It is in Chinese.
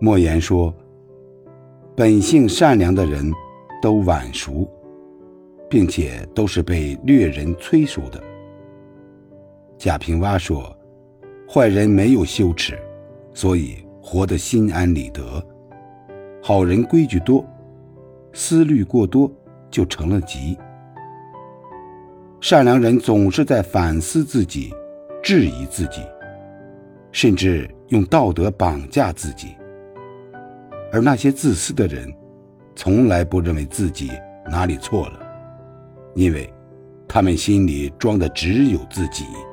莫言说，本性善良的人都晚熟，并且都是被掠人催熟的。贾平凹说，坏人没有羞耻，所以活得心安理得。好人规矩多，思虑过多就成了疾。善良人总是在反思自己，质疑自己，甚至用道德绑架自己。而那些自私的人从来不认为自己哪里错了，因为他们心里装的只有自己。